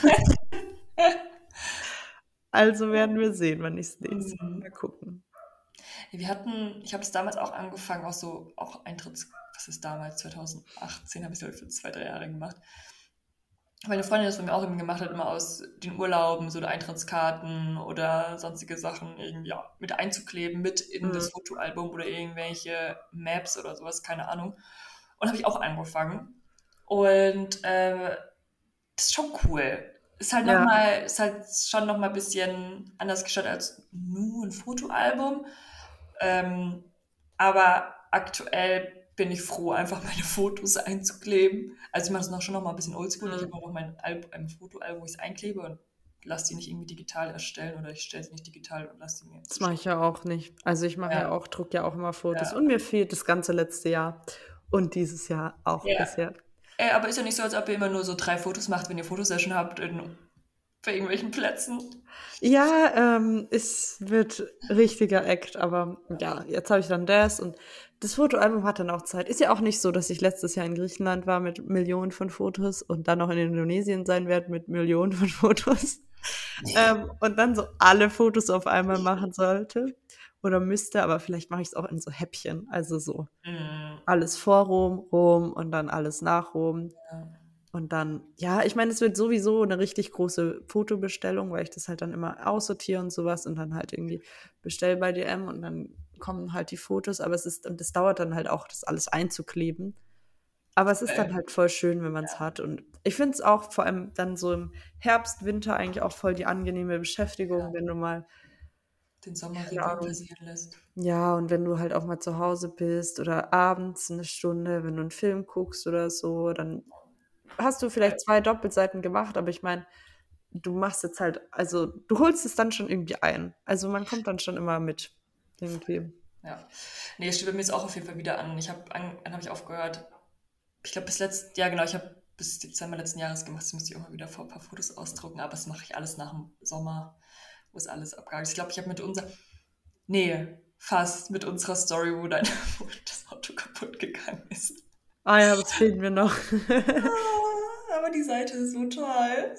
Also werden wir sehen, wann ich es lese. Mhm. Mal gucken. Wir hatten, ich habe es damals auch angefangen, auch so, auch Eintritts, was ist damals, zwanzig achtzehn habe ich es für zwei, drei Jahre gemacht. Meine Freundin das von mir auch immer gemacht hat, immer aus den Urlauben so Eintrittskarten oder sonstige Sachen irgendwie ja, mit einzukleben, mit in das Mhm. Fotoalbum oder irgendwelche Maps oder sowas, keine Ahnung. Und habe ich auch angefangen. Und äh, das ist schon cool. Ist halt Ja, nochmal, ist halt schon nochmal ein bisschen anders gestaltet als nur ein Fotoalbum. Ähm, aber aktuell bin ich froh, einfach meine Fotos einzukleben. Also ich mache das noch schon noch mal ein bisschen oldschool. Ich mhm. habe auch noch mein Alb ein Fotoalbum, wo ich es einklebe und lasse die nicht irgendwie digital erstellen oder ich stelle sie nicht digital und lasse die mir Das mache zuschicken. ich ja auch nicht. Also ich mache ja Ja, auch, drucke ja auch immer Fotos. Und ja, mir fehlt das ganze letzte Jahr und dieses Jahr auch ja. bisher. Äh, aber ist ja nicht so, als ob ihr immer nur so drei Fotos macht, wenn ihr Fotosession habt in, bei irgendwelchen Plätzen. Ja, ähm, es wird richtiger Act, aber ja, jetzt habe ich dann das und das Fotoalbum hat dann auch Zeit. Ist ja auch nicht so, dass ich letztes Jahr in Griechenland war mit Millionen von Fotos und dann noch in Indonesien sein werde mit Millionen von Fotos. Ähm, und dann so alle Fotos auf einmal machen sollte oder müsste, aber vielleicht mache ich es auch in so Häppchen. Also so Mm, alles vor Rom, Rom und dann alles nach Rom. ja. Und dann, ja, ich meine, es wird sowieso eine richtig große Fotobestellung, weil ich das halt dann immer aussortiere und sowas und dann halt irgendwie bestell bei D M und dann kommen halt die Fotos, aber es ist, und das dauert dann halt auch, das alles einzukleben. Aber es ist dann Äh, halt voll schön, wenn man es ja, hat. Und ich finde es auch vor allem dann so im Herbst, Winter eigentlich auch voll die angenehme Beschäftigung, ja, wenn du mal, den Sommer keine Revue Ahnung, passieren lässt. ja, und wenn du halt auch mal zu Hause bist oder abends eine Stunde, wenn du einen Film guckst oder so, dann hast du Voll. vielleicht zwei Doppelseiten gemacht, aber ich meine, du machst jetzt halt, also du holst es dann schon irgendwie ein. Also man kommt dann schon immer mit. Irgendwie. Ja. Nee, es steht bei mir jetzt auch auf jeden Fall wieder an. Ich habe an, dann habe ich aufgehört. Ich glaube bis letzt, ja genau, ich habe bis Dezember letzten Jahres gemacht. Jetzt müsste ich auch mal wieder ein paar Fotos ausdrucken, aber das mache ich alles nach dem Sommer, wo es alles abgehakt ist. Ich glaube, ich habe mit unserer, nee, fast mit unserer Story, wo dein wo das Auto kaputt gegangen ist. Ah ja, das fehlt mir noch. Ah, aber die Seite ist so toll.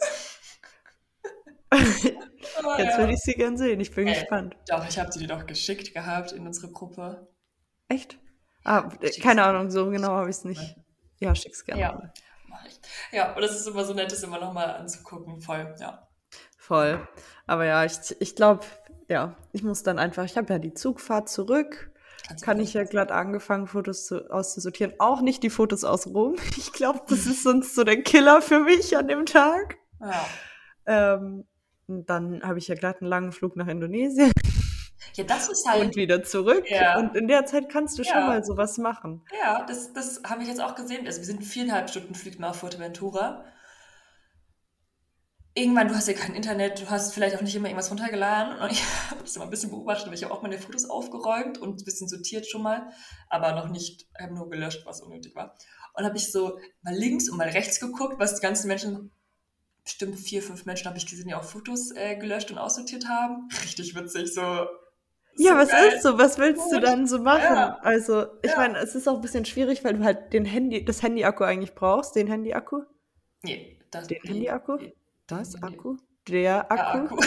Aber Jetzt würde ja. ich sie gern sehen. Ich bin Ey, gespannt. doch, ich habe sie dir doch geschickt gehabt in unsere Gruppe. Echt? Ah, Ich äh, schick's keine dir. Ahnung, so Ich genau habe ich schick's es dir mal. nicht. Ja, schick's gerne Ja, mal. mache ich. Ja, und das ist immer so nett, das immer nochmal anzugucken. Voll, ja. Voll. Aber ja, ich, ich glaube, ja, ich muss dann einfach, ich habe ja die Zugfahrt zurück. Kannst du Kann alles ich ja lassen. glatt angefangen, Fotos zu, auszusortieren. Auch nicht die Fotos aus Rom. Ich glaube, das ist sonst so der Killer für mich an dem Tag. Ja. Ähm, und dann habe ich ja glatt einen langen Flug nach Indonesien Ja, das ist und halt, wieder zurück. Und ja, in der Zeit kannst du schon ja, mal sowas machen. ja, das, das habe ich jetzt auch gesehen. Also wir sind viereinhalb Stunden Flug nach Fuerteventura. Irgendwann, du hast ja kein Internet, du hast vielleicht auch nicht immer irgendwas runtergeladen. Und ich habe das immer ein bisschen beobachtet, aber ich habe auch meine Fotos aufgeräumt und ein bisschen sortiert schon mal, aber noch nicht, ich habe nur gelöscht, was unnötig war. Und habe ich so mal links und mal rechts geguckt, was die ganzen Menschen, bestimmt vier, fünf Menschen habe ich gesehen, die auch Fotos äh, gelöscht und aussortiert haben. Richtig witzig, so, Ja, so was geil, ist so? Was willst du gut. dann so Ja, machen? Also, ich ja. meine, es ist auch ein bisschen schwierig, weil du halt den Handy, das Handy-Akku eigentlich brauchst. Den Handy-Akku? Nee, das, Den die, Handy-Akku? die, Was? den, den, Akku? Der der Akku? Akku.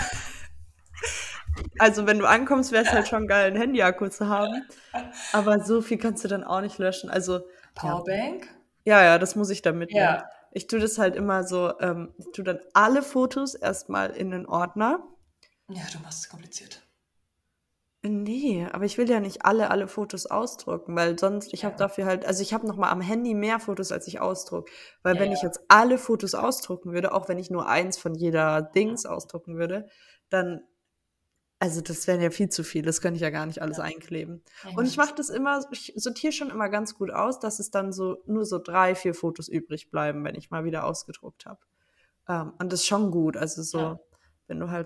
Also, wenn du ankommst, wäre es halt schon geil, einen Handy-Akku zu haben. Aber so viel kannst du dann auch nicht löschen. Also, ja. Powerbank? Ja, ja, das muss ich dann mitnehmen. Ja. Ich tue das halt immer so, ähm, ich tue dann alle Fotos erstmal in den Ordner. Ja, du machst es kompliziert. Nee, aber ich will ja nicht alle, alle Fotos ausdrucken, weil sonst, ich habe Ja, dafür halt, also ich habe noch mal am Handy mehr Fotos, als ich ausdruck. Weil ja, wenn ich ja. jetzt alle Fotos ausdrucken würde, auch wenn ich nur eins von jeder Dings ausdrucken würde, dann, also das wären ja viel zu viel, das könnte ich ja gar nicht alles Ja. einkleben. Ja, ich Und mach ich das. mache das immer, ich sortiere schon immer ganz gut aus, dass es dann so nur so drei, vier Fotos übrig bleiben, wenn ich mal wieder ausgedruckt habe. Ähm, und das ist schon gut, also Ja. so, wenn du halt so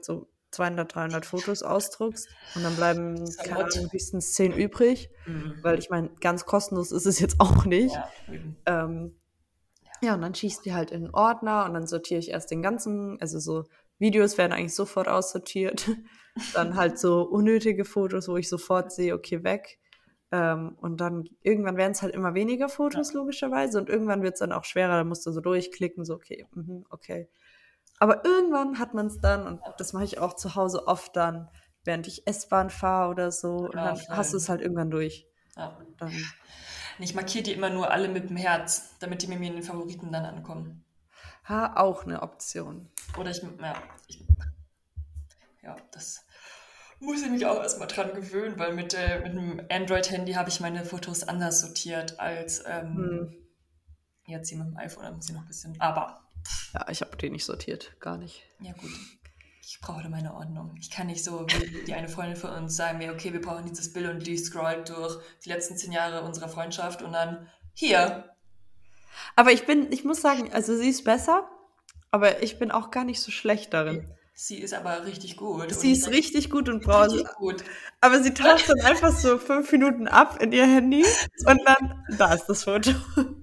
zweihundert, dreihundert Fotos ausdruckst und dann bleiben, ist ja keine Gott. Ahnung, höchstens zehn übrig, Mhm. weil ich meine, ganz kostenlos ist es jetzt auch nicht. Ja, eben. Ähm, ja, und dann schießt die halt in einen Ordner und dann sortiere ich erst den ganzen, also so Videos werden eigentlich sofort aussortiert, dann halt so unnötige Fotos, wo ich sofort sehe, okay, weg. Ähm, und dann irgendwann werden es halt immer weniger Fotos, logischerweise, und irgendwann wird es dann auch schwerer, da musst du so durchklicken, so okay, mhm, okay. Aber irgendwann hat man es dann, und das mache ich auch zu Hause oft dann, während ich S-Bahn fahre oder so, und Ja, dann voll. hast du es halt irgendwann durch. Ja. Dann, Ich markiere die immer nur alle mit dem Herz, damit die mir in den Favoriten dann ankommen. ha, auch eine Option. Oder ich, ja, ich, ja, das muss ich mich auch erstmal dran gewöhnen, weil mit, äh, mit einem Android-Handy habe ich meine Fotos anders sortiert als ähm, Hm. jetzt hier mit dem iPhone. Da muss ich noch ein bisschen, aber Ja, ich habe den nicht sortiert, gar nicht. ja gut, ich brauche da meine Ordnung. Ich kann nicht so wie die eine Freundin von uns sagen mir, okay, wir brauchen dieses Bild und die scrollt durch die letzten zehn Jahre unserer Freundschaft und dann hier. Aber ich bin, ich muss sagen, also sie ist besser, aber ich bin auch gar nicht so schlecht darin. Sie ist aber richtig gut. Und Sie ich ist denke, richtig gut und richtig braucht, gut. aber sie taucht dann einfach so fünf Minuten ab in ihr Handy und dann, da ist das Foto.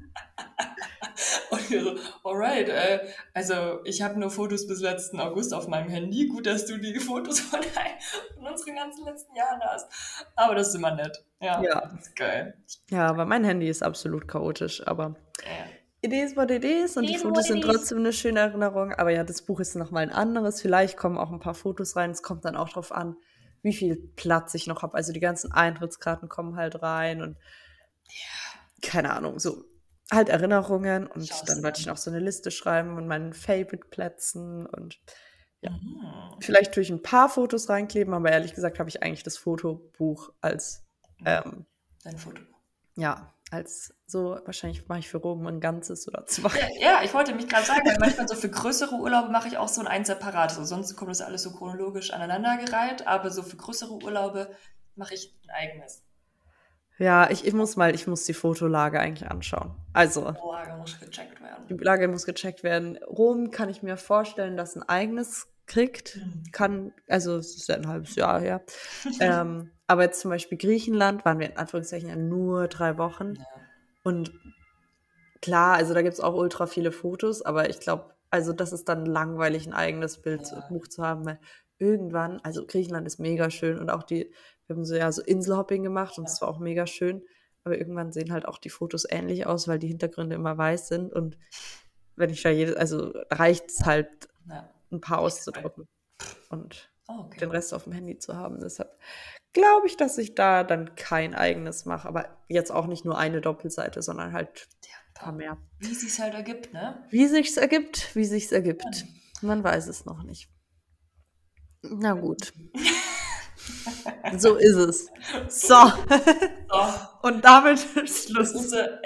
Und wir so, alright, äh, also ich habe nur Fotos bis letzten August auf meinem Handy. Gut, dass du die Fotos von, von unseren ganzen letzten Jahren hast. Aber das ist immer nett. Ja, Ja. das ist geil. Ja, aber mein Handy ist absolut chaotisch, aber Ja. it is what it is und It die is Fotos what it sind is. trotzdem eine schöne Erinnerung. Aber ja, das Buch ist nochmal ein anderes. Vielleicht kommen auch ein paar Fotos rein. Es kommt dann auch drauf an, wie viel Platz ich noch habe. Also die ganzen Eintrittskarten kommen halt rein und keine Ahnung, so halt Erinnerungen. Und Schaust dann du wollte ich an. noch so eine Liste schreiben und meinen Favorite-Plätzen und ja. Mhm. Vielleicht tue ich ein paar Fotos reinkleben, aber ehrlich gesagt habe ich eigentlich das Fotobuch als, ähm, Dein Foto. ja, als so, wahrscheinlich mache ich für Rom ein ganzes oder zwei. Ja, ja, ich wollte mich gerade sagen, weil manchmal so für größere Urlaube mache ich auch so ein eins separat. So, sonst kommt das alles so chronologisch aneinandergereiht, aber so für größere Urlaube mache ich ein eigenes. Ja, ich, ich muss mal, ich muss die Fotolage eigentlich anschauen. Also, Die Lage muss gecheckt werden. die Lage muss gecheckt werden. Rom kann ich mir vorstellen, dass ein eigenes kriegt. Mhm. Kann, also es ist ja ein halbes Jahr her. ähm, aber jetzt zum Beispiel Griechenland waren wir in Anführungszeichen ja nur drei Wochen. Ja. Und klar, also da gibt es auch ultra viele Fotos, aber ich glaube, also das ist dann langweilig, ein eigenes Bildbuch Ja. zu haben, weil irgendwann, also Griechenland ist mega schön und auch die, wir haben so ja so Inselhopping gemacht und es war auch mega schön, aber irgendwann sehen halt auch die Fotos ähnlich aus, weil die Hintergründe immer weiß sind und wenn ich da jedes, also reicht es halt, Ja. ein paar auszudrucken und Oh, okay. den Rest auf dem Handy zu haben. Deshalb glaube ich, dass ich da dann kein eigenes mache, aber jetzt auch nicht nur eine Doppelseite, sondern halt Ja, ein paar mehr. wie es sich halt ergibt, ne? Wie sich's ergibt, wie sich's ergibt. Man weiß es noch nicht. Na gut. So ist es. So. So, Und damit das ist Schluss. unser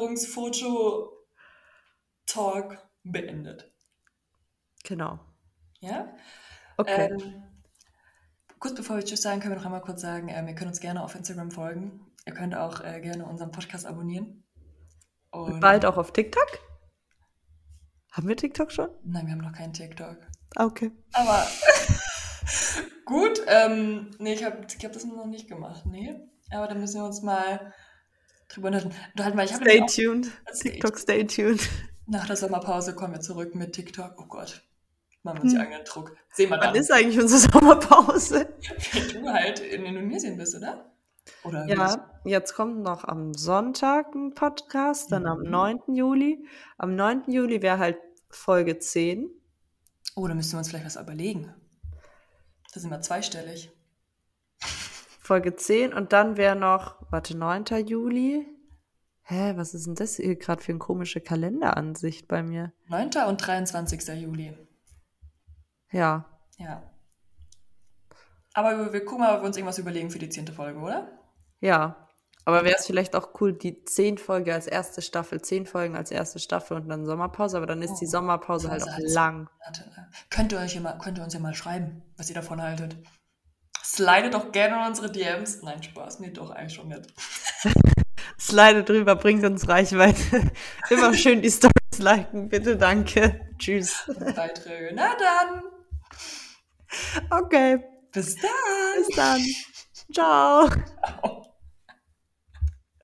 Erinnerungsfoto-Talk beendet. Genau. Ja? Okay. Ähm, kurz bevor wir Tschüss sagen, können wir noch einmal kurz sagen, ähm, ihr könnt uns gerne auf Instagram folgen. Ihr könnt auch äh, gerne unseren Podcast abonnieren. Und Bald auch auf TikTok? Haben wir TikTok schon? Nein, wir haben noch keinen TikTok. Okay. Aber gut, ähm, nee, ich habe ich hab das noch nicht gemacht, nee. Aber da müssen wir uns mal drüber unterhalten. unterhalten, weil ich habe Stay nämlich auch tuned. Stay TikTok, stay tuned. nach der Sommerpause kommen wir zurück mit TikTok. Oh Gott, machen wir uns ja eigenen Druck. Sehen wir Wann dann, ist eigentlich unsere Sommerpause? wenn du halt in Indonesien bist, oder? Oder wie? Ja, jetzt kommt noch am Sonntag ein Podcast, dann am Mhm. neunten Juli. Am neunten Juli wäre halt Folge zehn. Oh, da müssen wir uns vielleicht was überlegen. Da sind wir zweistellig. Folge zehn und dann wäre noch, warte, neunter Juli. Hä, was ist denn das hier gerade für eine komische Kalenderansicht bei mir? neunter und dreiundzwanzigster Juli. Ja, Ja. Aber wir, wir gucken mal, ob wir uns irgendwas überlegen für die zehnte Folge, oder? ja. Aber wäre es vielleicht auch cool, die zehn Folge als erste Staffel, zehn Folgen als erste Staffel und dann Sommerpause, aber dann ist die Oh, Sommerpause halt Pause auch hat's. lang. Warte, äh, könnt ihr euch ja mal, könnt ihr uns ja mal schreiben, was ihr davon haltet. Slidet doch gerne in unsere D Ms. Nein, Spaß, nee, doch, eigentlich schon nicht. Slide drüber, bringt uns Reichweite. Immer schön die Stories liken, bitte, danke. Tschüss. Beiträge. Na dann! Okay. Bis dann. Bis dann. Ciao. Ciao.